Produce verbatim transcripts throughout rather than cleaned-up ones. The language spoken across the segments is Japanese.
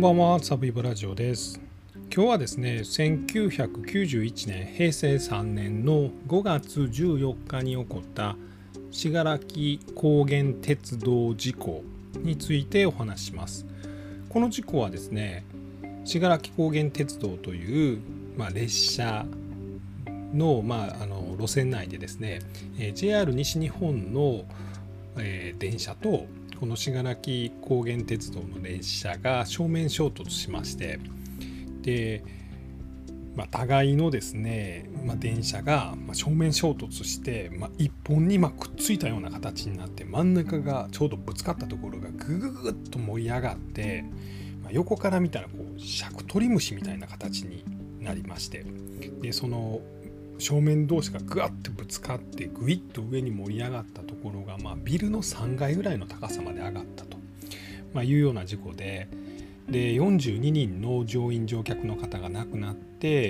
ばんは、サブイボラジオです。今日はですね、せんきゅうひゃくきゅうじゅういちねん、へいせいさんねんのごがつじゅうよっかに起こった信楽高原鉄道事故についてお話しします。この事故はですね、信楽高原鉄道という、まあ、列車の、まあ、あの路線内でですね、ジェイアール 西日本の、えー、電車とこの信楽高原鉄道の列車が正面衝突しまして、で、まあ、互いのですね、まあ、電車が正面衝突して、まあ、一本にまあくっついたような形になって、真ん中がちょうどぶつかったところがぐぐぐっと盛り上がって、まあ、横から見たらこうシャクトリムシみたいな形になりまして、でその正面同士がぐわっとぶつかってぐいっと上に盛り上がったところが、まあ、ビルのさんがいぐらいの高さまで上がったと、まあ、いうような事故で、でよんじゅうににんの乗員乗客の方が亡くなって、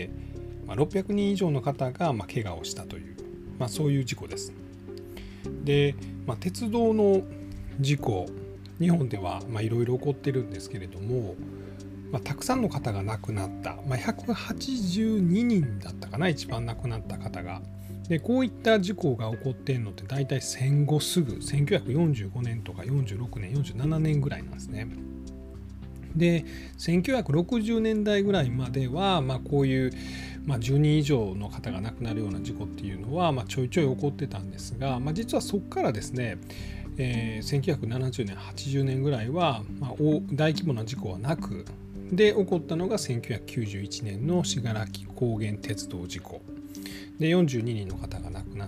まあ、ろっぴゃくにん以上の方がまあ怪我をしたという、まあ、そういう事故です。で、まあ、鉄道の事故、日本ではいろいろ起こってるんですけれども、まあ、たくさんの方が亡くなった、まあ、ひゃくはちじゅうににんだったかな、一番亡くなった方が。でこういった事故が起こっているのって大体戦後すぐせんきゅうひゃくよんじゅうごねんとかよんじゅうろくねんよんじゅうななねんぐらいなんですね。でせんきゅうひゃくろくじゅうねんだいぐらいまでは、まあ、こういう、まあ、じゅうにん以上の方が亡くなるような事故っていうのは、まあ、ちょいちょい起こってたんですが、まあ、実はそこからですね、えー、せんきゅうひゃくななじゅうねんはちじゅうねんぐらいは、まあ、大規模な事故はなく、で起こったのがせんきゅうひゃくきゅうじゅういちねんの信楽高原鉄道事故でよんじゅうににんの方が亡くなって、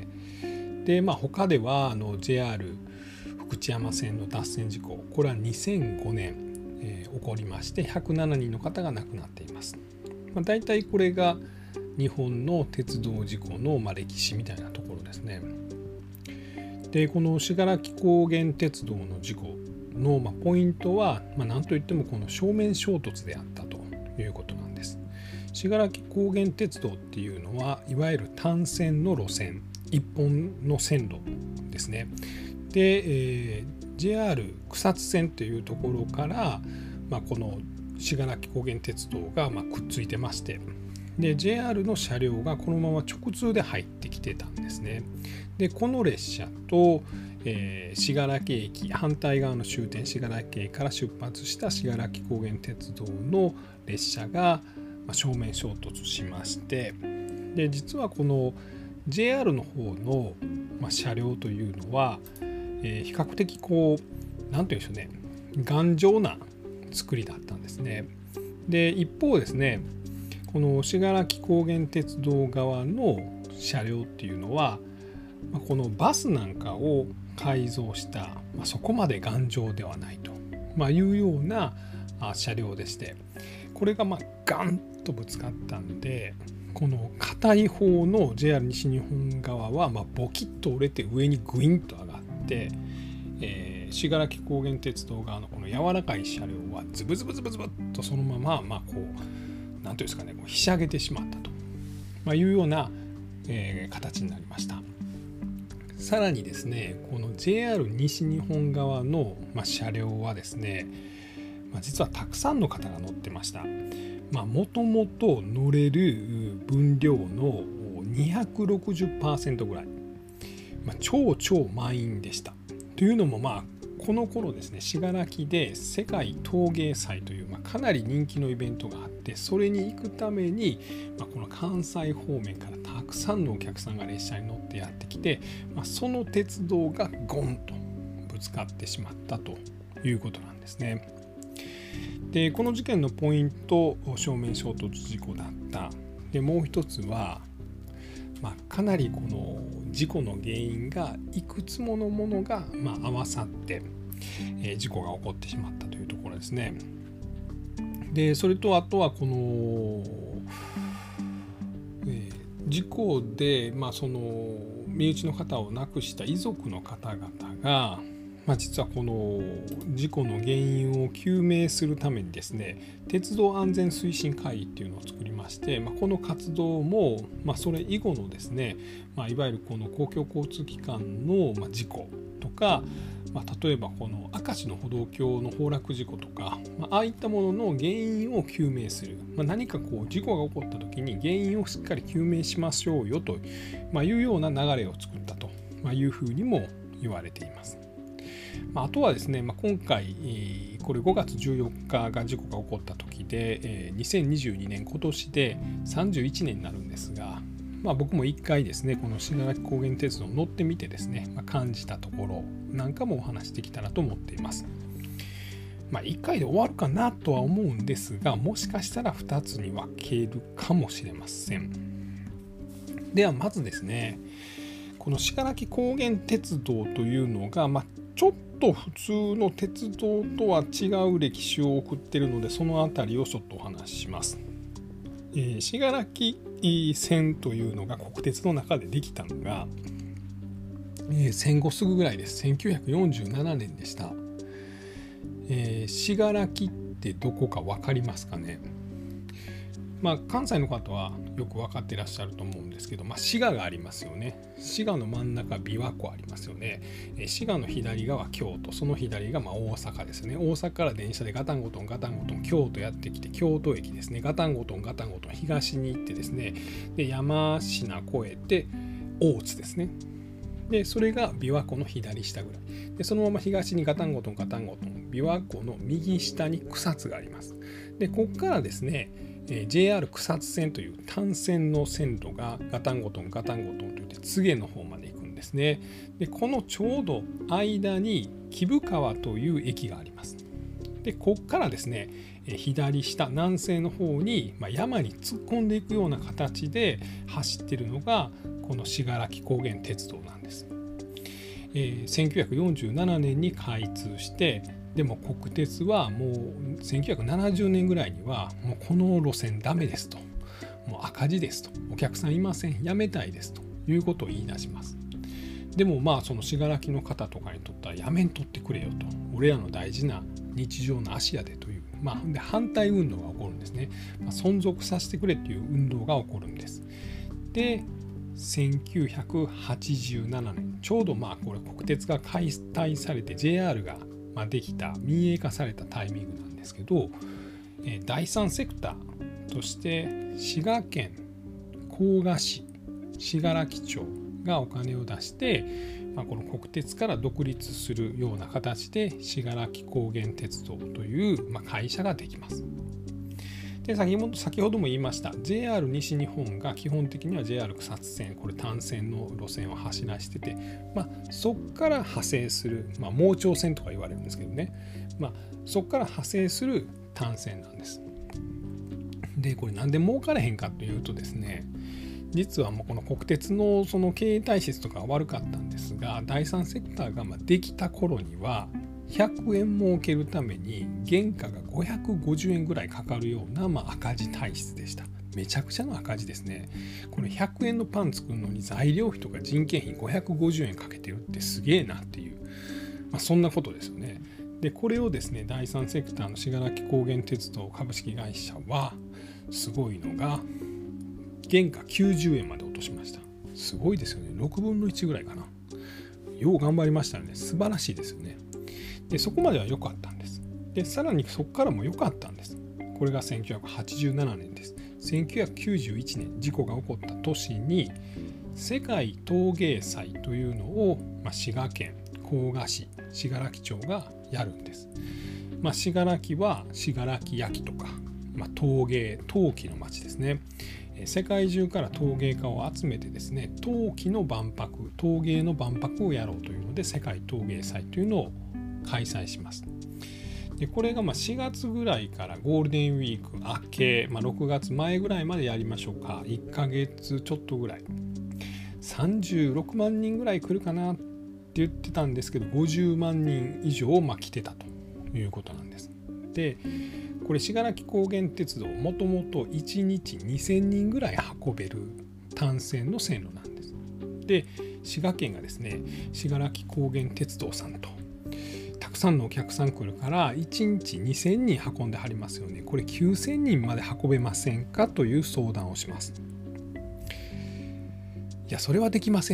で、まあ、他ではあの ジェイアール 福知山線の脱線事故、これはにせんごねん、えー、起こりましてひゃくななにんの方が亡くなっています。まあ、大体これが日本の鉄道事故のまあ歴史みたいなところですね。でこの信楽高原鉄道の事故のまあポイントは、まあ、何といってもこの正面衝突であったということなんです。信楽高原鉄道っていうのはいわゆる単線の路線、一本の線路ですね。で、えー、ジェイアール 草津線というところから、まあ、この信楽高原鉄道がまあくっついてまして、で ジェイアール の車両がこのまま直通で入ってきてたんですね。でこの列車とえー、信楽駅反対側の終点信楽駅から出発した信楽高原鉄道の列車が正面衝突しまして、で実はこの ジェイアール の方の車両というのは、えー、比較的こう何て言うんでしょうね、頑丈な作りだったんですね。で一方ですね、この信楽高原鉄道側の車両っていうのはこのバスなんかを改造した、まあ、そこまで頑丈ではないと、まあ、いうような車両でして、これがまあガンとぶつかったんで、この片い方の ジェイアール 西日本側はまあボキッと折れて上にグインと上がって、えー、信楽高原鉄道側のこの柔らかい車両はズブズブズブズブっとそのまままあこう何ていうんですかね、こうひしゃげてしまったと、まあ、いうような、えー、形になりました。さらにですね、この ジェイアール 西日本側の、まあ、車両はですね、まあ、実はたくさんの方が乗ってました。もともと乗れる分量の にひゃくろくじゅっパーセント ぐらい、まあ、超超満員でした。というのもまあこの頃ですね、信楽で世界陶芸祭という、まあ、かなり人気のイベントがあって、それに行くために、まあ、この関西方面からたくさんのお客さんが列車に乗ってやってきて、まあ、その鉄道がゴンとぶつかってしまったということなんですね。でこの事件のポイント、正面衝突事故だった。でもう一つは、まあ、かなりこの事故の原因がいくつものものがまあ合わさって、えー、事故が起こってしまったというところですね。でそれとあとはこの、えー、事故で、まあ、その身内の方を亡くした遺族の方々が、まあ、実はこの事故の原因を究明するためにですね、鉄道安全推進会議っていうのを作りまして、まあ、この活動も、まあ、それ以後のですね、まあ、いわゆるこの公共交通機関の事故とか、まあ、例えばこの明石の歩道橋の崩落事故とか、まあ、ああいったものの原因を究明する、まあ、何かこう事故が起こった時に原因をしっかり究明しましょうよと、まあ、いうような流れを作ったというふうにも言われています。まあ、あとはですね、まあ、今回これごがつじゅうよっかが事故が起こった時でにせんにじゅうにねん今年でさんじゅういちねんになるんですが、まあ、僕も一回ですねこの信楽高原鉄道に乗ってみてですね、まあ、感じたところなんかもお話しできたらと思っています。まあ、いっかいで終わるかなとは思うんですが、もしかしたらふたつに分けるかもしれません。ではまずですね、この信楽高原鉄道というのが、まあ、ちょっと普通の鉄道とは違う歴史を送っているので、そのあたりをちょっとお話しします。えー、信楽線というのが国鉄の中でできたのが、えー、戦後すぐぐらいです。せんきゅうひゃくよんじゅうななねんでした。えー、信楽ってどこか分かりますかね。まあ、関西の方はよく分かっていらっしゃると思うんですけど、まあ、滋賀がありますよね。滋賀の真ん中琵琶湖ありますよね。え滋賀の左側京都、その左がまあ大阪ですね。大阪から電車でガタンゴトンガタンゴトン京都やってきて、京都駅ですね、ガタンゴトンガタンゴトン東に行ってですね、で山科越えて大津ですね。でそれが琵琶湖の左下ぐらいで、そのまま東にガタンゴトンガタンゴトン、琵琶湖の右下に草津があります。でここからですね、えー、ジェイアール 草津線という単線の線路がガタンゴトンガタンゴトンといって柘植の方まで行くんですね。でこのちょうど間に貴生川という駅があります。でここからですね、左下南西の方に、まあ、山に突っ込んでいくような形で走っているのがこの信楽高原鉄道なんです。えー、せんきゅうひゃくよんじゅうななねんに開通して、でも国鉄はもうせんきゅうひゃくななじゅうねんぐらいにはもうこの路線ダメですと、もう赤字ですと、お客さんいません、やめたいですということを言い出します。でもまあその信楽の方とかにとったらやめんとってくれよと、俺らの大事な日常の足やでという、まあ、で反対運動が起こるんですね。まあ、存続させてくれという運動が起こるんです。でせんきゅうひゃくはちじゅうななねん、ちょうどまあこれ国鉄が解体されて ジェイアール がまあできた、民営化されたタイミングなんですけど、えー、第三セクターとして滋賀県甲賀市信楽町がお金を出して、まあ、この国鉄から独立するような形で信楽高原鉄道というまあ会社ができます。で先ほど先ほども言いました ジェイアール 西日本が基本的には ジェイアール 草津線、これ単線の路線を走らせてて、まあ、そこから派生する、まあ、盲腸線とか言われるんですけどね、まあ、そこから派生する単線なんです。でこれなんで儲かれへんかというとですね、実はもうこの国鉄のその経営体質とかは悪かったんですが、第三セクターがまあできた頃にはひゃくえん儲けるために原価がごひゃくごじゅうえんぐらいかかるようなまあ赤字体質でした。めちゃくちゃの赤字ですね。これひゃくえんのパン作るのに材料費とか人件費ごひゃくごじゅうえんかけてるってすげえなっていう、まあ、そんなことですよね。でこれをですね第三セクターの信楽高原鉄道株式会社はすごいのが原価きゅうじゅうえんまで落としました。すごいですよね。ろくぶんのいちぐらいかな。よう頑張りましたね。素晴らしいですよね。でそこまでは良かったんです。でさらにそこからも良かったんです。これがせんきゅうひゃくはちじゅうななねんです。せんきゅうひゃくきゅうじゅういちねん事故が起こった年に世界陶芸祭というのを、まあ、滋賀県甲賀市信楽町がやるんです。まあ、信楽は信楽焼とか、まあ、陶芸陶器の町ですね。世界中から陶芸家を集めてですね、陶器の万博、陶芸の万博をやろうというので世界陶芸祭というのを開催します。でこれがまあしがつぐらいからゴールデンウィーク明け、まあ、ろくがつまえぐらいまでやりましょうか。いっかげつちょっとぐらい、さんじゅうろくまんにんぐらい来るかなって言ってたんですけど、ごじゅうまんにん以上まあ来てたということなんです。でこれ信楽高原鉄道もともといちにちにせんにんぐらい運べる単線の線路なんです。で滋賀県がですね信楽高原鉄道さんとたくさんのお客さん来るからいちにちにせんにん運んではりますよね。これきゅうせんにんまで運べませんかという相談をします。いやそれはできませんで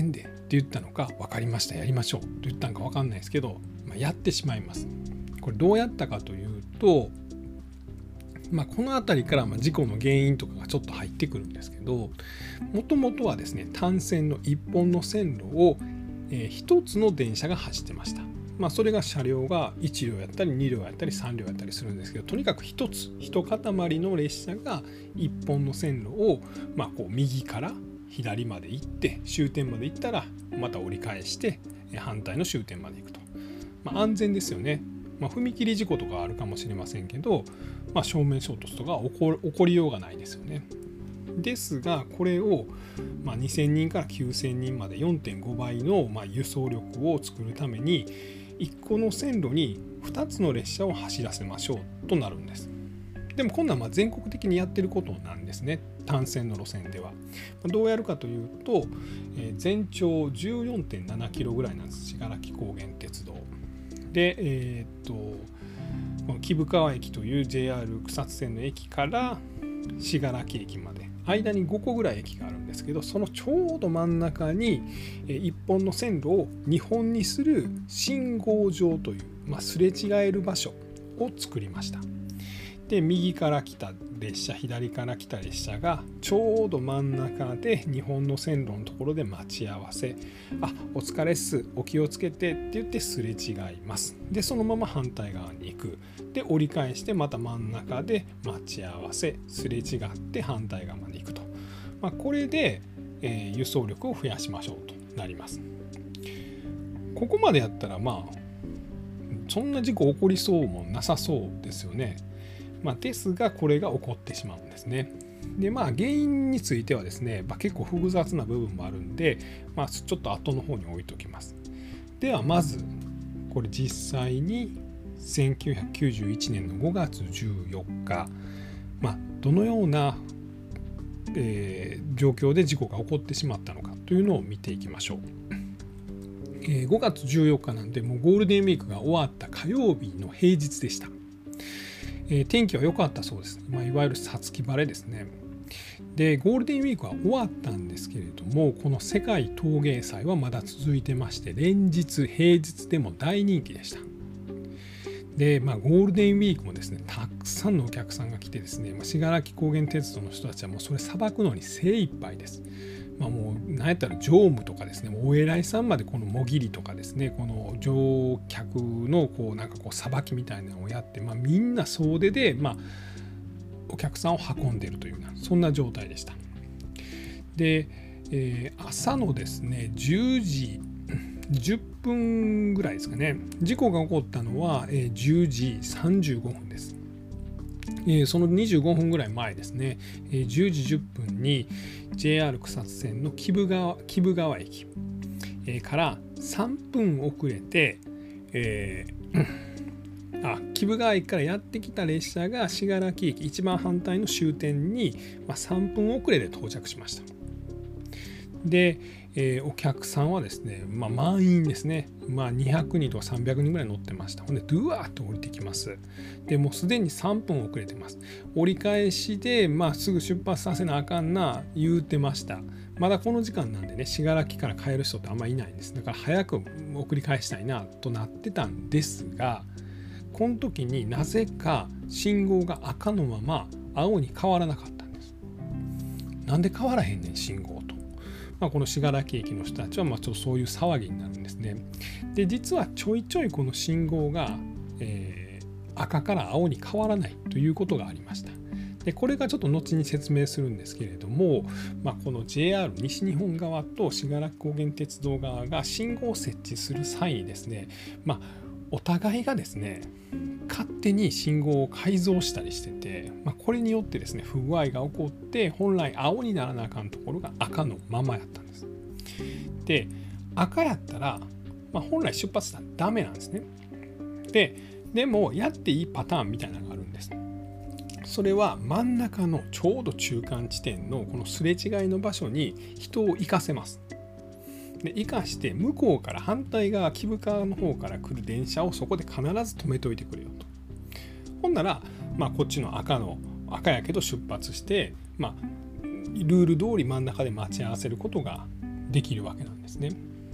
言ったのか、分かりましたやりましょうと言ったのか分かんないですけど、まあ、やってしまいます。これどうやったかというと、まあ、この辺りからまあ事故の原因とかがちょっと入ってくるんですけど、もともとはですね単線のいっぽんの線路をえー、ひとつの電車が走ってました。まあ、それが車両がいち両やったりに両やったりさん両やったりするんですけど、とにかくひとつ一塊の列車がいっぽんの線路を、まあ、こう右から左まで行って終点まで行ったらまた折り返して反対の終点まで行くと、まあ、安全ですよね。まあ、踏切事故とかあるかもしれませんけど、まあ、正面衝突とか起こ、起こりようがないですよね。ですがこれをまあにせんにんからきゅうせんにんまで よんてんごばいのまあ輸送力を作るためにいっこの線路にふたつの列車を走らせましょうとなるんです。でもこんなんまあ全国的にやってることなんですね、単線の路線では。どうやるかというと、えー、全長 じゅうよんてんななキロぐらいなんです、信楽高原鉄道で。えー、っとこの木生川駅という ジェイアール 草津線の駅から信楽駅まで間にごこぐらい駅があるんですけど、そのちょうど真ん中にいっぽんの線路をにほんにする信号場という、まあ、すれ違える場所を作りました。で右から来た列車左から来た列車がちょうど真ん中でにほんの線路のところで待ち合わせ、あお疲れっすお気をつけてって言ってすれ違います。でそのまま反対側に行く。で折り返してまた真ん中で待ち合わせすれ違って反対側まで行くと、まあ、これで、えー、輸送力を増やしましょうとなります。ここまでやったらまあそんな事故起こりそうもなさそうですよね。まあ、ですがこれが起こってしまうんですね。でまあ原因についてはですね、まあ、結構複雑な部分もあるんで、まあ、ちょっと後の方に置いときます。ではまずこれ実際にせんきゅうひゃくきゅうじゅういちねんのごがつじゅうよっか、まあ、どのような、えー、状況で事故が起こってしまったのかというのを見ていきましょう。えー、ごがつじゅうよっかなんでもうゴールデンウィークが終わった火曜日の平日でした。えー、天気は良かったそうです。まあ、いわゆる五月晴れですね。でゴールデンウィークは終わったんですけれども、この世界陶芸祭はまだ続いてまして、連日平日でも大人気でした。で、まあ、ゴールデンウィークもですねたくさんのお客さんが来てですね、まあ、信楽高原鉄道の人たちはもうそれさばくのに精一杯です。まあ、もう何やったら乗務とかですね、もうお偉いさんまでこのもぎりとかですね、この乗客のこうなんかこうさばきみたいなのをやって、まあ、みんな総出で、まあ、お客さんを運んでいるというようなそんな状態でした。で、えー、朝のですねじゅうじじゅっぷんぐらいですかね。事故が起こったのはじゅうじさんじゅうごふんです。そのにじゅうごふんぐらい前ですね、じゅうじじゅっぷんに ジェイアール 草津線の木生川、木生川駅からさんぷん遅れて、えー、あ木生川駅からやってきた列車が信楽駅一番反対の終点にさんぷん遅れで到着しました。で、えー、お客さんはですね、まあ、満員ですね、まあ、にひゃくにんとかさんびゃくにんぐらい乗ってました。ほんでドゥワーッと降りてきます。でもうすでにさんぷん遅れてます。折り返しで、まあ、すぐ出発させなあかんな言うてました。まだこの時間なんでね、信楽から帰る人ってあんまりいないんです。だから早く送り返したいなとなってたんですが、この時になぜか信号が赤のまま青に変わらなかったんです。なんで変わらへんねん信号と。まあ、この信楽駅の人たちはまあちょっとそういう騒ぎになるんですね。で実はちょいちょいこの信号が、えー、赤から青に変わらないということがありました。でこれがちょっと後に説明するんですけれども、まあ、この ジェイアール 西日本側と信楽高原鉄道側が信号を設置する際にですね、まあ、お互いがですね勝手に信号を改造したりしてて、まあ、これによってですね不具合が起こって本来青にならなあかんところが赤のままやったんです。で赤やったら、まあ、本来出発したらダメなんですね。ででもやっていいパターンみたいなのがあるんです。それは真ん中のちょうど中間地点のこのすれ違いの場所に人を行かせます。で行かして向こうから反対側木生川の方から来る電車をそこで必ず止めといてくれよと。ほんなら、まあ、こっちの赤の赤やけど出発して、まあ、ルール通り真ん中で待ち合わせることができるわけなんですね。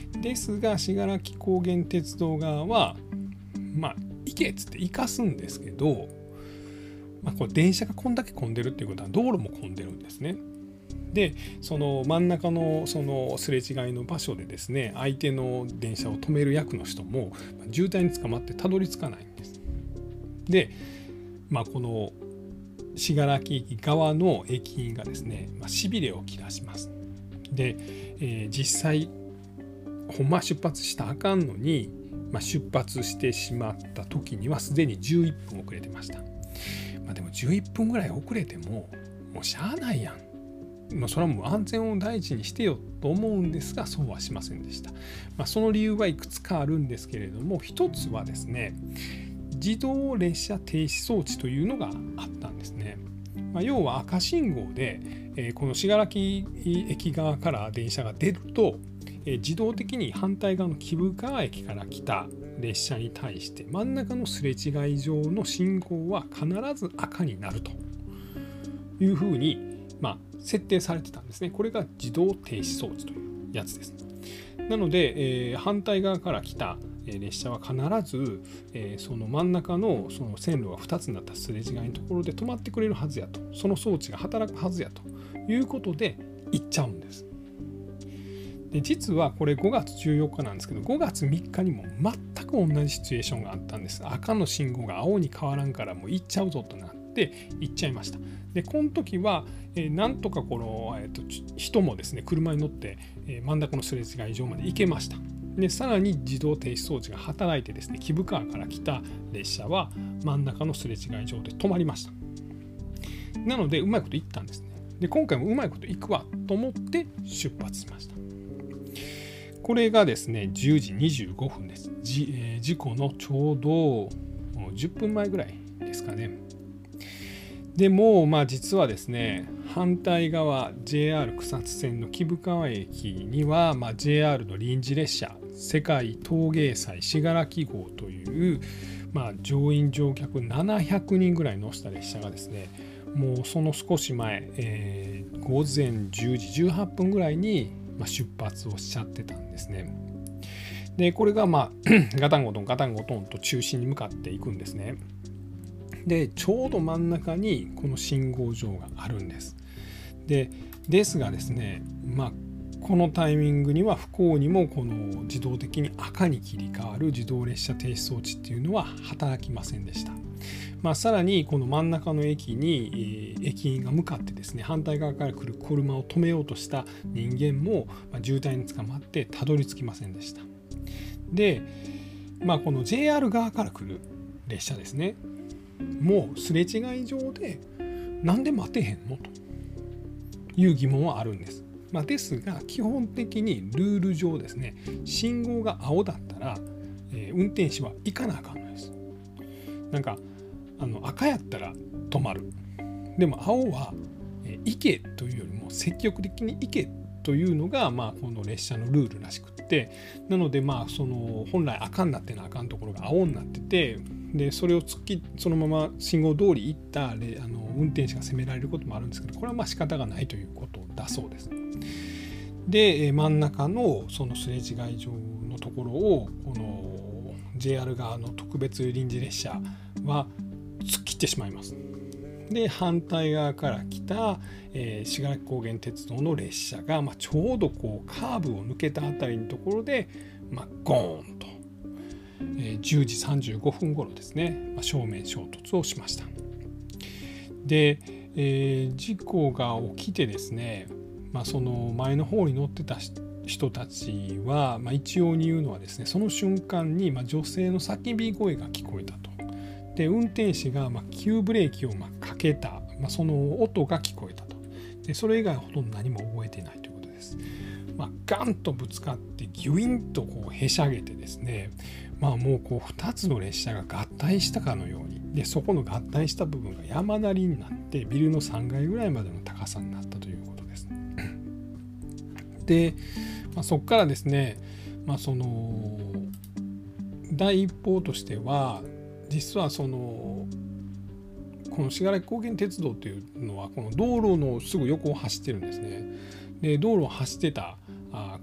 ですが信楽高原鉄道側はまあ行けっつって行かすんですけど、まあ、これ電車がこんだけ混んでるっていうことは道路も混んでるんですね。でその真ん中のそのすれ違いの場所でですね、相手の電車を止める役の人も渋滞に捕まってたどり着かないんです。で、まあ、この信楽駅側の駅員がですね、まあ、しびれを切らします。で、えー、実際ほんま出発したらあかんのに、まあ、出発してしまった時にはすでにじゅういっぷん遅れてました。まあ、でもじゅういっぷんぐらい遅れてももうしゃあないやん。まあ、それはもう安全を第一にしてよと思うんですが、そうはしませんでした。まあ、その理由はいくつかあるんですけれども、一つはですね、自動列車停止装置というのがあったんですね。まあ、要は赤信号で、えー、この信楽駅側から電車が出ると、えー、自動的に反対側の貴生川駅から来た列車に対して真ん中のすれ違い上の信号は必ず赤になるというふうに、まあ、設定されてたんですね。これが自動停止装置というやつです。なので、えー、反対側から来た列車は必ず、えー、その真ん中のその線路がふたつになったすれ違いのところで止まってくれるはずやと、その装置が働くはずやということで行っちゃうんです。で実はこれごがつじゅうよっかなんですけど、ごがつみっかにも全く同じシチュエーションがあったんです。赤の信号が青に変わらんからもう行っちゃうぞとなって行っちゃいました。でこの時は、えー、なんとかこの、えー、と人もですね車に乗って、えー、真ん中のすれ違い上まで行けました。でさらに自動停止装置が働いてですね、貴生川から来た列車は真ん中のすれ違い上で止まりました。なのでうまいこといったんですね。で今回もうまいこといくわと思って出発しました。これがですねじゅうじにじゅうごふんです。じ、えー、事故のちょうどじゅっぷんまえぐらいですかね。でもまあ実はですね、反対側 ジェイアール 草津線の貴生川駅には、まあ、ジェイアール の臨時列車世界陶芸祭信楽号という、まあ、乗員乗客ななひゃくにんぐらい乗せた列車がですね、もうその少し前、えー、ごぜんじゅうじじゅうはっぷんぐらいに出発をしちゃってたんですね。でこれがまあガタンゴトンガタンゴトンと中心に向かっていくんですね。でちょうど真ん中にこの信号場があるんです。でですがですね、まあこのタイミングには不幸にもこの自動的に赤に切り替わる自動列車停止装置っていうのは働きませんでした。まあ、さらにこの真ん中の駅に、えー、駅員が向かってですね、反対側から来る車を止めようとした人間も、まあ、渋滞に捕まってたどり着きませんでした。で、まあ、この ジェイアール 側から来る列車ですね、もうすれ違い上でなんで待てへんのという疑問はあるんです。まあ、ですが基本的にルール上ですね、信号が青だったら、えー、運転士は行かなあかんのです。なんかあの赤やったら止まる。でも青は、えー、行けというよりも積極的に行けというのが、まあ、この列車のルールらしくって、なのでまあその本来赤になってなあかんところが青になってて、でそれを突きそのまま信号通り行ったあの運転手が責められることもあるんですけど、これはまあ仕方がないということだそうです。で真ん中のそのすれ違い場のところをこの ジェイアール 側の特別臨時列車は突っ切ってしまいます。で反対側から来た、えー、信楽高原鉄道の列車が、まあ、ちょうどこうカーブを抜けたあたりのところで、まあ、ゴーンと、えー、じゅうじさんじゅうごふん頃ですね、まあ、正面衝突をしました。で、えー、事故が起きてですね、まあ、その前の方に乗ってた人たちは、まあ、一応に言うのはですね、その瞬間に、まあ、女性の叫び声が聞こえたと。で運転士がまあ急ブレーキをまあかけた、まあ、その音が聞こえたと。でそれ以外はほとんど何も覚えていないということです。まあ、ガンとぶつかってギュインとこうへしゃげてですね、まあ、もうこうふたつの列車が合体したかのように、でそこの合体した部分が山なりになってビルのさんがいぐらいまでの高さになったということです。で、まあ、そこからですね、まあ、その第一報としては実はそのこの信楽高原鉄道というのはこの道路のすぐ横を走ってるんですね。で道路を走ってた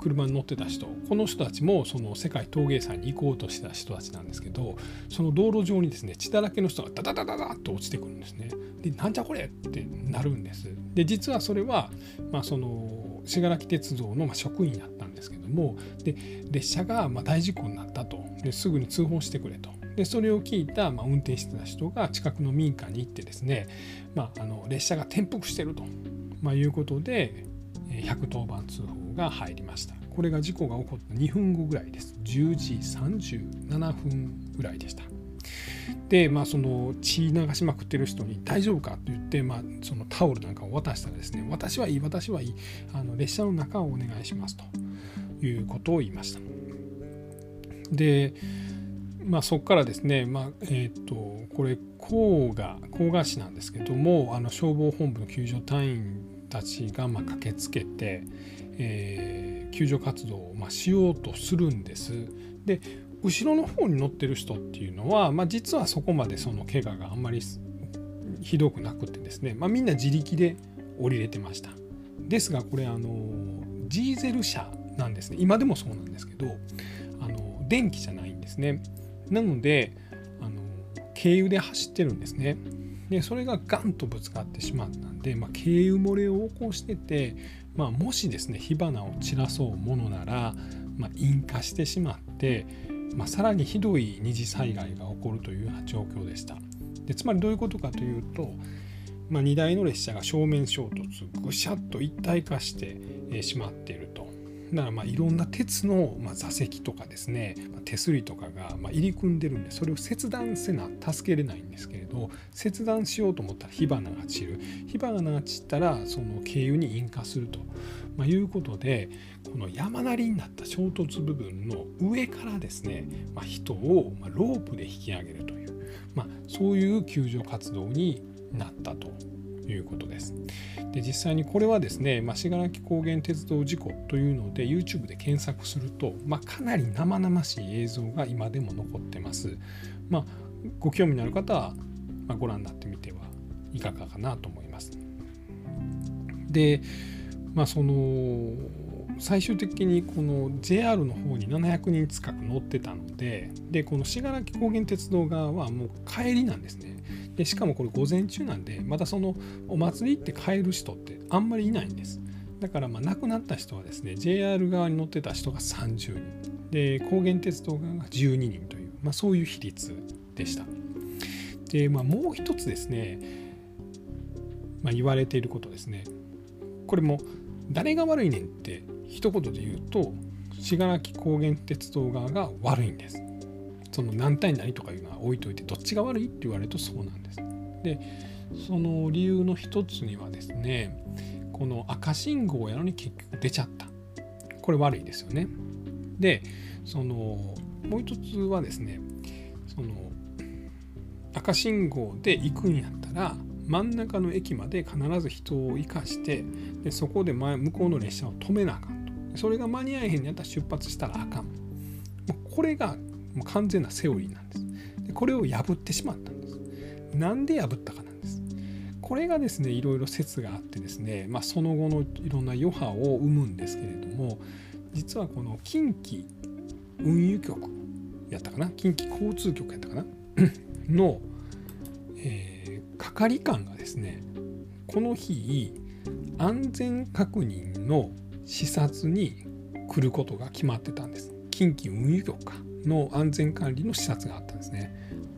車に乗ってた人、この人たちもその世界陶芸祭に行こうとした人たちなんですけど、その道路上にですね血だらけの人がダダダダダッと落ちてくるんですね。でなんじゃこれってなるんです。で実はそれは、まあ、その信楽鉄道の職員だったんですけども、で列車がまあ大事故になったと。ですぐに通報してくれと。でそれを聞いた、まあ、運転してた人が近くの民家に行ってですね、まあ、あの列車が転覆していると、まあ、いうことでひゃくとおばん通報が入りました。これが事故が起こったにふんごぐらいです。じゅうじさんじゅうななふんぐらいでした。で、まあ、その血流しまくってる人に大丈夫かと言って、まあ、そのタオルなんかを渡したらですね、私はいい私はいい、あの列車の中をお願いしますということを言いました。で、まあ、そこからですね、まあえー、とこれ甲賀甲賀市なんですけども、あの消防本部の救助隊員たちがまあ駆けつけて、えー、救助活動をまあしようとするんです。で後ろの方に乗ってる人っていうのは、まあ、実はそこまでその怪我があんまりひどくなくてですね、まあ、みんな自力で降りれてました。ですがこれあのディーゼル車なんですね。今でもそうなんですけど、あの電気じゃないんですね。なのであの軽油で走ってるんですね。でそれがガンとぶつかってしまったんで、まあ、軽油漏れを起こしてて、まあ、もしですね火花を散らそうものなら、まあ、引火してしまって、まあ、さらにひどい二次災害が起こるというような状況でした。でつまりどういうことかというと、まあ、にだいの列車が正面衝突ぐしゃっと一体化してしまっていると。だからまあいろんな鉄のまあ座席とかですね、手すりとかがまあ入り組んでるんで、それを切断せな助けれないんですけれど、切断しようと思ったら火花が散る。火花が散ったらその軽油に引火すると、まあ、いうことで、この山なりになった衝突部分の上からですね、まあ、人をまあロープで引き上げるという、まあ、そういう救助活動になったということです。で実際にこれはですね、まあ、信楽高原鉄道事故というので YouTube で検索すると、まあ、かなり生々しい映像が今でも残ってます。まあ、ご興味のある方はご覧になってみてはいかがかなと思います。で、まあ、その最終的にこの ジェイアール の方にななひゃくにん近く乗ってたので、でこの信楽高原鉄道側はもう帰りなんですね。でしかもこれ午前中なんで、またそのお祭り行って帰る人ってあんまりいないんです。だからまあ亡くなった人はですね ジェイアール 側に乗ってた人がさんじゅうにんで、高原鉄道側がじゅうににんという、まあ、そういう比率でした。で、まあ、もう一つですね、まあ、言われていることですね。これも誰が悪いねんって一言で言うと、信楽高原鉄道側が悪いんです。その何対何とかいうのは置いといて、どっちが悪いって言われるとそうなんです。でその理由の一つにはですね、この赤信号やのに結局出ちゃった、これ悪いですよね。でそのもう一つはですね、その赤信号で行くんやったら真ん中の駅まで必ず人を生かして、でそこで前向こうの列車を止めなあかんと。それが間に合えへんのやったら出発したらあかん。これがもう完全なセオリーなんです。でこれを破ってしまったんです。なんで破ったかなんです。これがですねいろいろ説があってですね、まあ、その後のいろんな余波を生むんですけれども、実はこの近畿運輸局やったかな、近畿交通局やったかなの、えー、係官がですね、この日安全確認の視察に来ることが決まってたんです。近畿運輸局かの安全管理の視察があったんですね。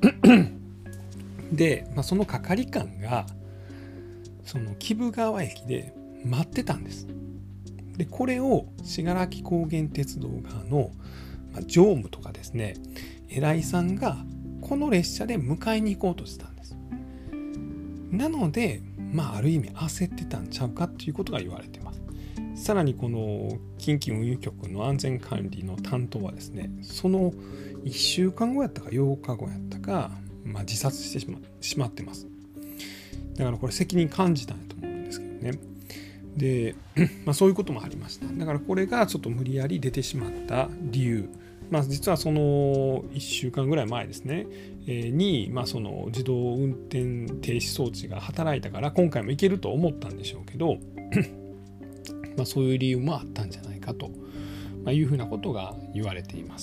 で、まあ、その係官がその貴生川駅で待ってたんです。でこれを信楽高原鉄道側の常務とかですね、偉いさんがこの列車で迎えに行こうとしてたんです。なので、まあ、ある意味焦ってたんちゃうかっていうことが言われています。さらにこの近畿運輸局の安全管理の担当はですね、そのいっしゅうかんごやったかようかごやったか、まあ、自殺してし ま, しまってます。だからこれ責任感じたんだと思うんですけどね。で、まあ、そういうこともありました。だからこれがちょっと無理やり出てしまった理由、まあ、実はそのいっしゅうかんぐらい前ですね、えー、に、まあ、その自動運転停止装置が働いたから今回もいけると思ったんでしょうけどまあそういう理由もあったんじゃないかとまあ、いうふうなことが言われています。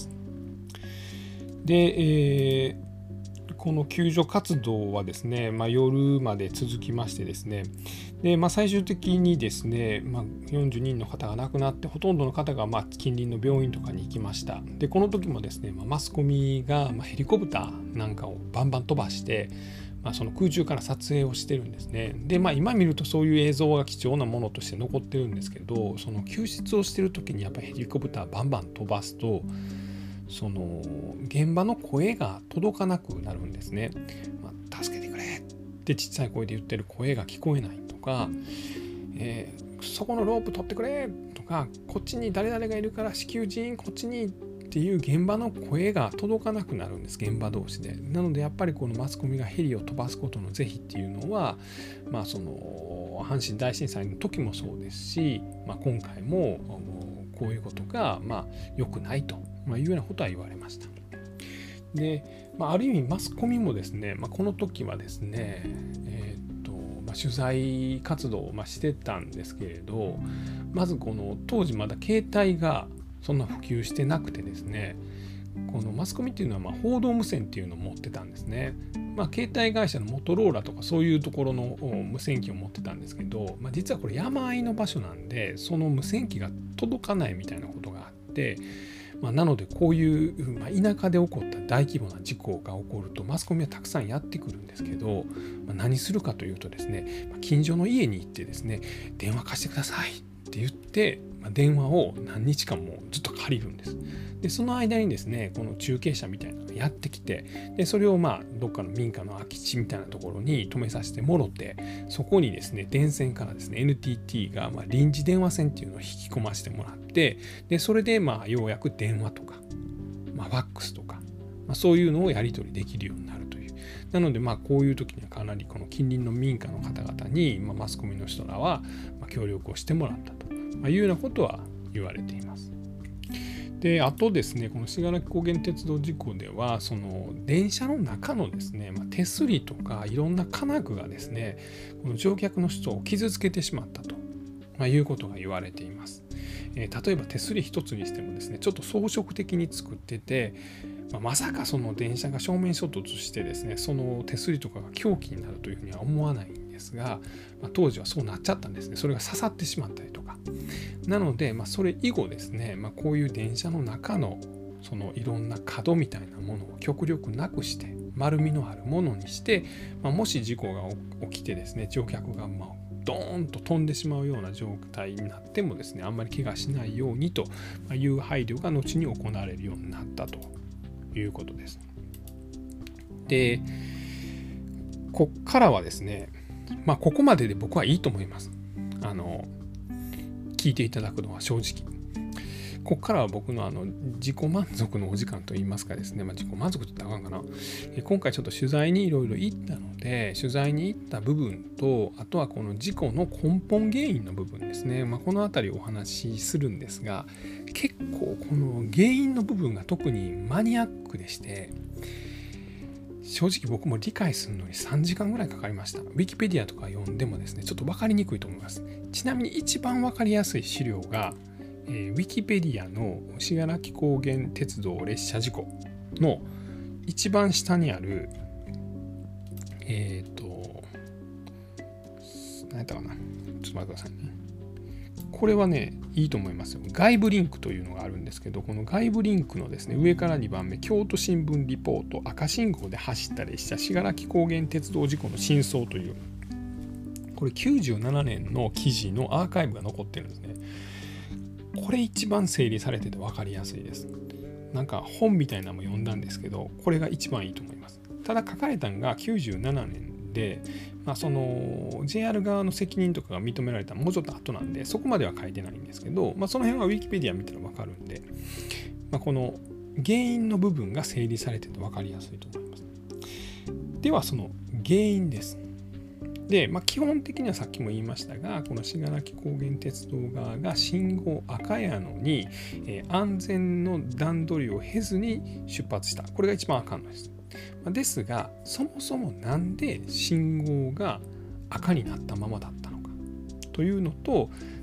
で、えーこの救助活動はですね、まあ、夜まで続きましてですね、で、まあ、最終的にですね、まあ、よんじゅうにんの方が亡くなって、ほとんどの方がまあ近隣の病院とかに行きました。で、この時もですね、まあ、マスコミがまあヘリコプターなんかをバンバン飛ばして、まあ、その空中から撮影をしてるんですね。で、まあ、今見るとそういう映像が貴重なものとして残ってるんですけど、その救出をしてる時にやっぱりヘリコプターバンバン飛ばすと、その現場の声が届かなくなるんですね。まあ、助けてくれってちっちゃい声で言ってる声が聞こえないとか、えー、そこのロープ取ってくれとか、こっちに誰々がいるから至急人員こっちにっていう現場の声が届かなくなるんです、現場同士で。なのでやっぱりこのマスコミがヘリを飛ばすことの是非っていうのは、まあ、その阪神大震災の時もそうですし、まあ、今回もこういうことがまあ良くないというようなことは言われました。で、まあ、ある意味マスコミもですね、まあ、この時はですね、えーっとまあ、取材活動をまあしてたんですけれど、まずこの当時まだ携帯がそんな普及してなくてですね、このマスコミっていうのはまあ報道無線っていうのを持ってたんですね。まあ、携帯会社のモトローラとかそういうところの無線機を持ってたんですけど、まあ、実はこれ山あいの場所なんで、その無線機が届かないみたいなことがあって、まあ、なのでこういう、まあ、田舎で起こった大規模な事故が起こるとマスコミはたくさんやってくるんですけど、まあ、何するかというとですね、近所の家に行ってですね、電話貸してくださいって言って、まあ、電話を何日間もずっと借りるんです。でその間にですね、この中継車みたいなのがやってきて、でそれをまあどっかの民家の空き地みたいなところに止めさせてもろて、そこにですね電線からですね エヌティーティー がまあ臨時電話線っていうのを引き込ませてもらって、でそれでまあようやく電話とか、まあ、ファックスとか、まあ、そういうのをやり取りできるようになるという。なのでまあこういう時にはかなりこの近隣の民家の方々に、まあ、マスコミの人らはまあ協力をしてもらったというようなことは言われています。であとですね、この信楽高原鉄道事故では、その電車の中のですね、まあ、手すりとかいろんな金具がですね、この乗客の人を傷つけてしまったと、まあ、いうことが言われています。えー、例えば手すり一つにしてもですね、ちょっと装飾的に作ってて、まあ、まさかその電車が正面衝突してですね、その手すりとかが凶器になるというふうには思わないんですが、まあ、当時はそうなっちゃったんですね。それが刺さってしまったりとか。なので、まあ、それ以後ですね、まあ、こういう電車の中のそのいろんな角みたいなものを極力なくして丸みのあるものにして、まあ、もし事故が起きてですね、乗客がまあドーンと飛んでしまうような状態になってもですね、あんまり怪我しないようにという配慮が後に行われるようになったということです。で、こっからはですね、まあここまでで僕はいいと思います。あの聞いていただくのは正直。ここからは僕のあの自己満足のお時間といいますかですね、まあ、自己満足って言ったらあかんかな。今回ちょっと取材にいろいろ行ったので、取材に行った部分と、あとはこの事故の根本原因の部分ですね、まあ、このあたりをお話しするんですが、結構この原因の部分が特にマニアックでして、正直僕も理解するのにさんじかんぐらいかかりました。ウィキペディアとか読んでもですね、ちょっと分かりにくいと思います。ちなみに一番分かりやすい資料が、えー、ウィキペディアの信楽高原鉄道列車事故の一番下にある、えっと、何やったかな。ちょっと待ってくださいね。これはね、いいと思いますよ。外部リンクというのがあるんですけど、この外部リンクのですね、上からにばんめ、京都新聞リポート、赤信号で走った列車、信楽高原鉄道事故の真相という、これきゅうじゅうななねんの記事のアーカイブが残ってるんですね。これ一番整理されてて分かりやすいです。なんか本みたいなのも読んだんですけど、これが一番いいと思います。ただ書かれたのがきゅうじゅうななねんで、まあ、その ジェイアール 側の責任とかが認められたもうちょっと後なんで、そこまでは書いてないんですけど、まあ、その辺は Wikipedia 見たら分かるんで、まあ、この原因の部分が整理されてて分かりやすいと思います。ではその原因です。で、まあ、基本的にはさっきも言いましたが、この信楽高原鉄道側が信号赤やのに、えー、安全の段取りを経ずに出発した。これが一番あかんのです。ですが、そもそもなんで信号が赤になったままだったのかというのと、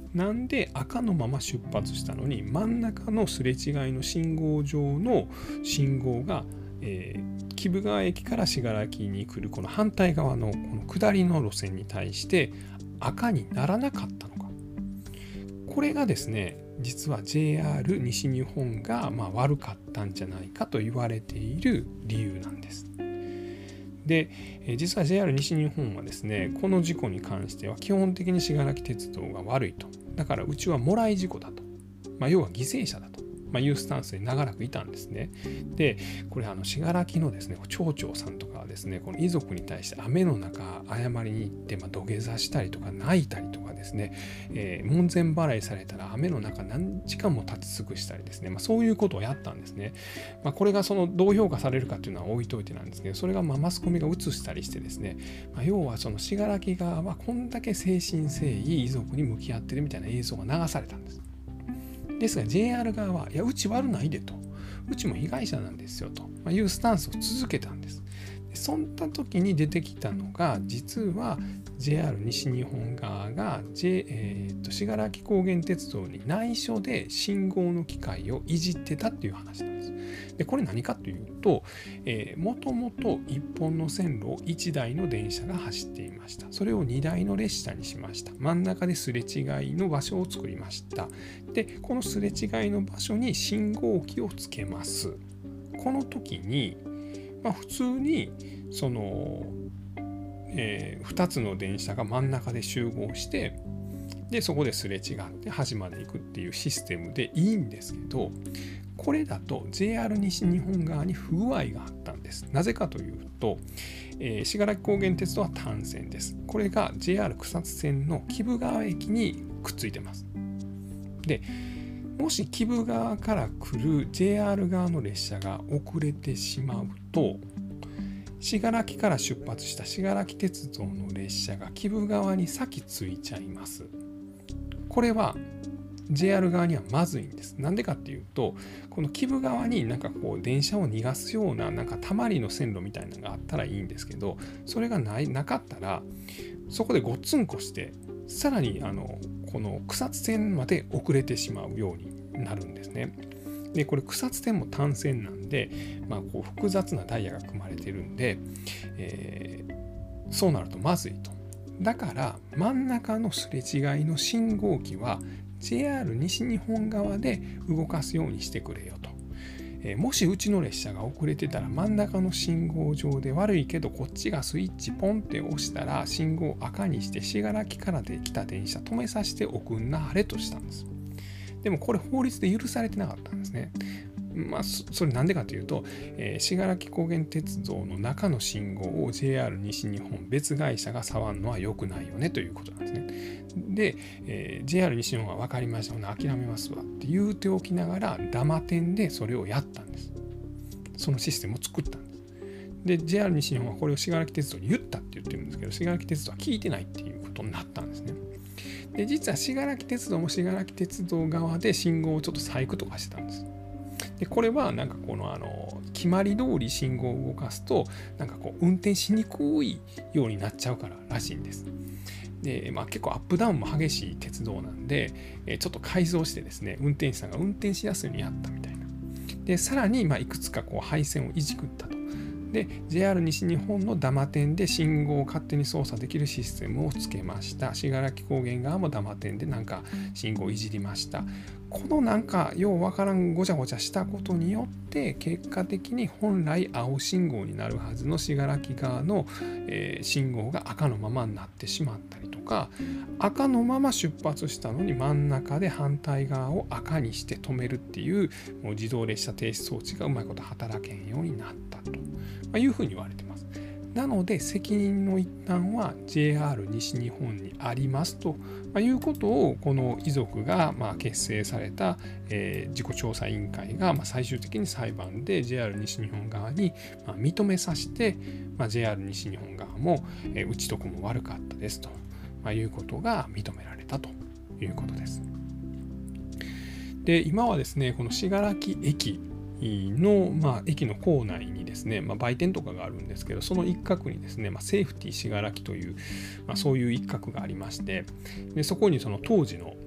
なんで赤のまま出発したのに真ん中のすれ違いの信号上の信号が、えー、貴生川駅から信楽に来るこの反対側のこの下りの路線に対して赤にならなかったのか。これがですね、実は ジェイアール 西日本がまあ悪かったんじゃないかと言われている理由なんです。で、実は ジェイアール 西日本はですね、この事故に関しては基本的に信楽鉄道が悪いと。だからうちはもらい事故だと。まあ、要は犠牲者だと。まあ、いうスタンスで長らくいたんですね。で、これあの信楽のですね町長さんとかはですね、この遺族に対して雨の中謝りに行って、まあ、土下座したりとか泣いたりとかですね、えー、門前払いされたら雨の中何時間も立ち尽くしたりですね、まあ、そういうことをやったんですね。まあ、これがそのどう評価されるかっていうのは置いといてなんですけど、それがまあマスコミが映したりしてですね、まあ、要はその信楽側はこんだけ誠心誠意遺族に向き合ってるみたいな映像が流されたんです。ですが ジェイアール 側は、いや、うち悪ないでと、うちも被害者なんですよというスタンスを続けたんです。そんな時に出てきたのが、実は ジェイアール 西日本側が、J えー、と信楽高原鉄道に内緒で信号の機械をいじってたっていう話なんです。で、これ何かというと、えー、もともといっぽんの線路をいちだいの電車が走っていました。それをにだいの列車にしました。真ん中ですれ違いの場所を作りました。で、このすれ違いの場所に信号機をつけます。この時に、まあ、普通にその、えー、ふたつの電車が真ん中で集合して、でそこですれ違って端まで行くっていうシステムでいいんですけど、これだと ジェイアール 西日本側に不具合があったんです。なぜかというと、えー、信楽高原鉄道は単線です。これが ジェイアール 草津線の貴生川駅にくっついてます。で、もし貴生川から来る ジェイアール 側の列車が遅れてしまうと、信楽から出発した信楽鉄道の列車が貴生川に先着いちゃいます。これは ジェイアール 側にはまずいんです。なんでかっていうと、この貴生川になんかこう電車を逃がすようななんかたまりの線路みたいなのがあったらいいんですけど、それがないなかったらそこでごっつんこして、さらにあのこの草津線まで遅れてしまうようになるんですね。で、これ草津線も単線なんで、まあ、こう複雑なダイヤが組まれてるんで、えー、そうなるとまずいと。だから真ん中のすれ違いの信号機は ジェイアール 西日本側で動かすようにしてくれよと。えー、もしうちの列車が遅れてたら真ん中の信号上で悪いけどこっちがスイッチポンって押したら信号を赤にして信楽からで来た電車止めさせておくんなはれとしたんです。でもこれ法律で許されてなかったんですね。まあ、それなんでかというと、えー、信楽高原鉄道の中の信号を ジェイアール 西日本別会社が触るのは良くないよねということなんですね。で、えー、ジェイアール 西日本は分かりました、諦めますわって言うておきながらダマ点でそれをやったんです。そのシステムを作ったんです。で、ジェイアール 西日本はこれを信楽鉄道に言ったって言ってるんですけど、信楽鉄道は聞いてないっていうことになったんですね。で、実は信楽鉄道も信楽鉄道側で信号をちょっと細工とかしてたんです。で、これはなんかこのあの決まり通り信号を動かすとなんかこう運転しにくいようになっちゃうかららしいんです。で、まあ、結構アップダウンも激しい鉄道なんで、ちょっと改造してですね、運転手さんが運転しやすいようにやったみたいな。で、さらにまあいくつかこう配線をいじくったと。で、ジェイアール 西日本のダマ点で信号を勝手に操作できるシステムをつけました。信楽高原側もダマ点でなんか信号をいじりました。このなんかようわからんごちゃごちゃしたことによって結果的に本来青信号になるはずの信楽側の、えー、信号が赤のままになってしまったりとか、赤のまま出発したのに真ん中で反対側を赤にして止めるっていうもう自動列車停止装置がうまいこと働けんようになったと、まあ、いうふうに言われてます。なので責任の一端は ジェイアール 西日本にありますということをこの遺族がまあ結成された、えー、事故調査委員会がまあ最終的に裁判で ジェイアール 西日本側にまあ認めさせて、まあ、ジェイアール 西日本側も、えー、うちとこも悪かったですと、まあ、いうことが認められたということです。で、今はですね、この信楽駅の、まあ、駅の構内にですね、まあ、売店とかがあるんですけど、その一角にですね、まあ、セーフティー信楽という、まあ、そういう一角がありまして、でそこにその当時の、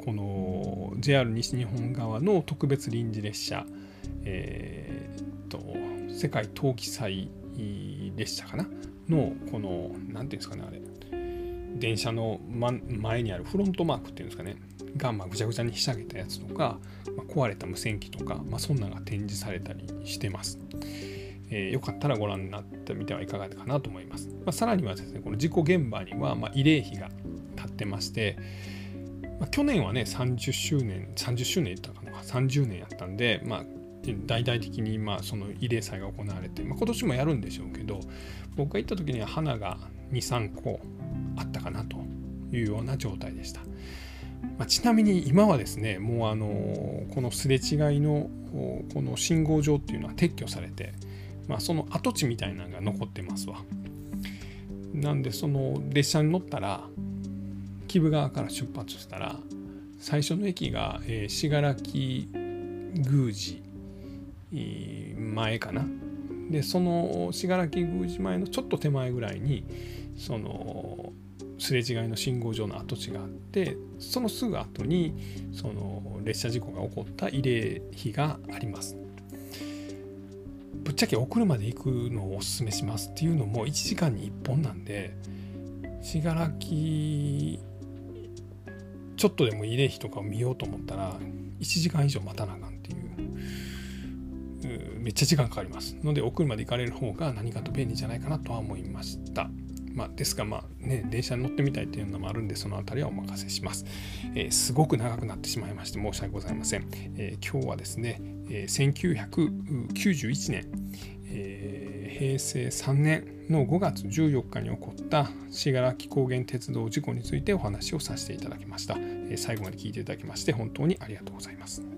この ジェイアール 西日本側の特別臨時列車、えー、と世界冬季祭列車かなのこの何ていうんですかね、あれ電車の前にあるフロントマークっていうんですかねが、まあ、ぐちゃぐちゃにひしゃげたやつとか、まあ、壊れた無線機とか、まあ、そんなのが展示されたりしてます。えー、よかったらご覧になってみてはいかがかなと思います。まあ、さらにはですね、この事故現場にはまあ慰霊碑が立ってまして、まあ、去年はねさんじゅっしゅうねんさんじゅっしゅうねん言ったかなさんじゅうねんやったんで、まあ大々的にまあその慰霊祭が行われて、まあ、今年もやるんでしょうけど、僕が行った時には花がにさんこあったかなというような状態でした。まあ、ちなみに今はですね、もうあのこのすれ違いのこの信号場っていうのは撤去されて、まあ、その跡地みたいなのが残ってますわ。なんでその列車に乗ったら木生川から出発したら最初の駅が信楽宮司前かな。でその信楽宮司前のちょっと手前ぐらいにそのすれ違いの信号場の跡地があって、そのすぐ後にその列車事故が起こった慰霊碑があります。ぶっちゃけお車で行くのをおすすめしますっていうのもいちじかんにいっぽんなんで、信楽ちょっとでも慰霊碑とかを見ようと思ったらいちじかん以上待たなあかんっていう、めっちゃ時間かかりますので、お車で行かれる方が何かと便利じゃないかなとは思いました。まあ、ですがまあね、電車に乗ってみたいというのもあるんで、そのあたりはお任せします。えー、すごく長くなってしまいまして申し訳ございません。えー、今日はですね、えー、せんきゅうひゃくきゅうじゅういちねん、えー、へいせいさんねんのごがつじゅうよっかに起こった信楽高原鉄道事故についてお話をさせていただきました。えー、最後まで聞いていただきまして本当にありがとうございます。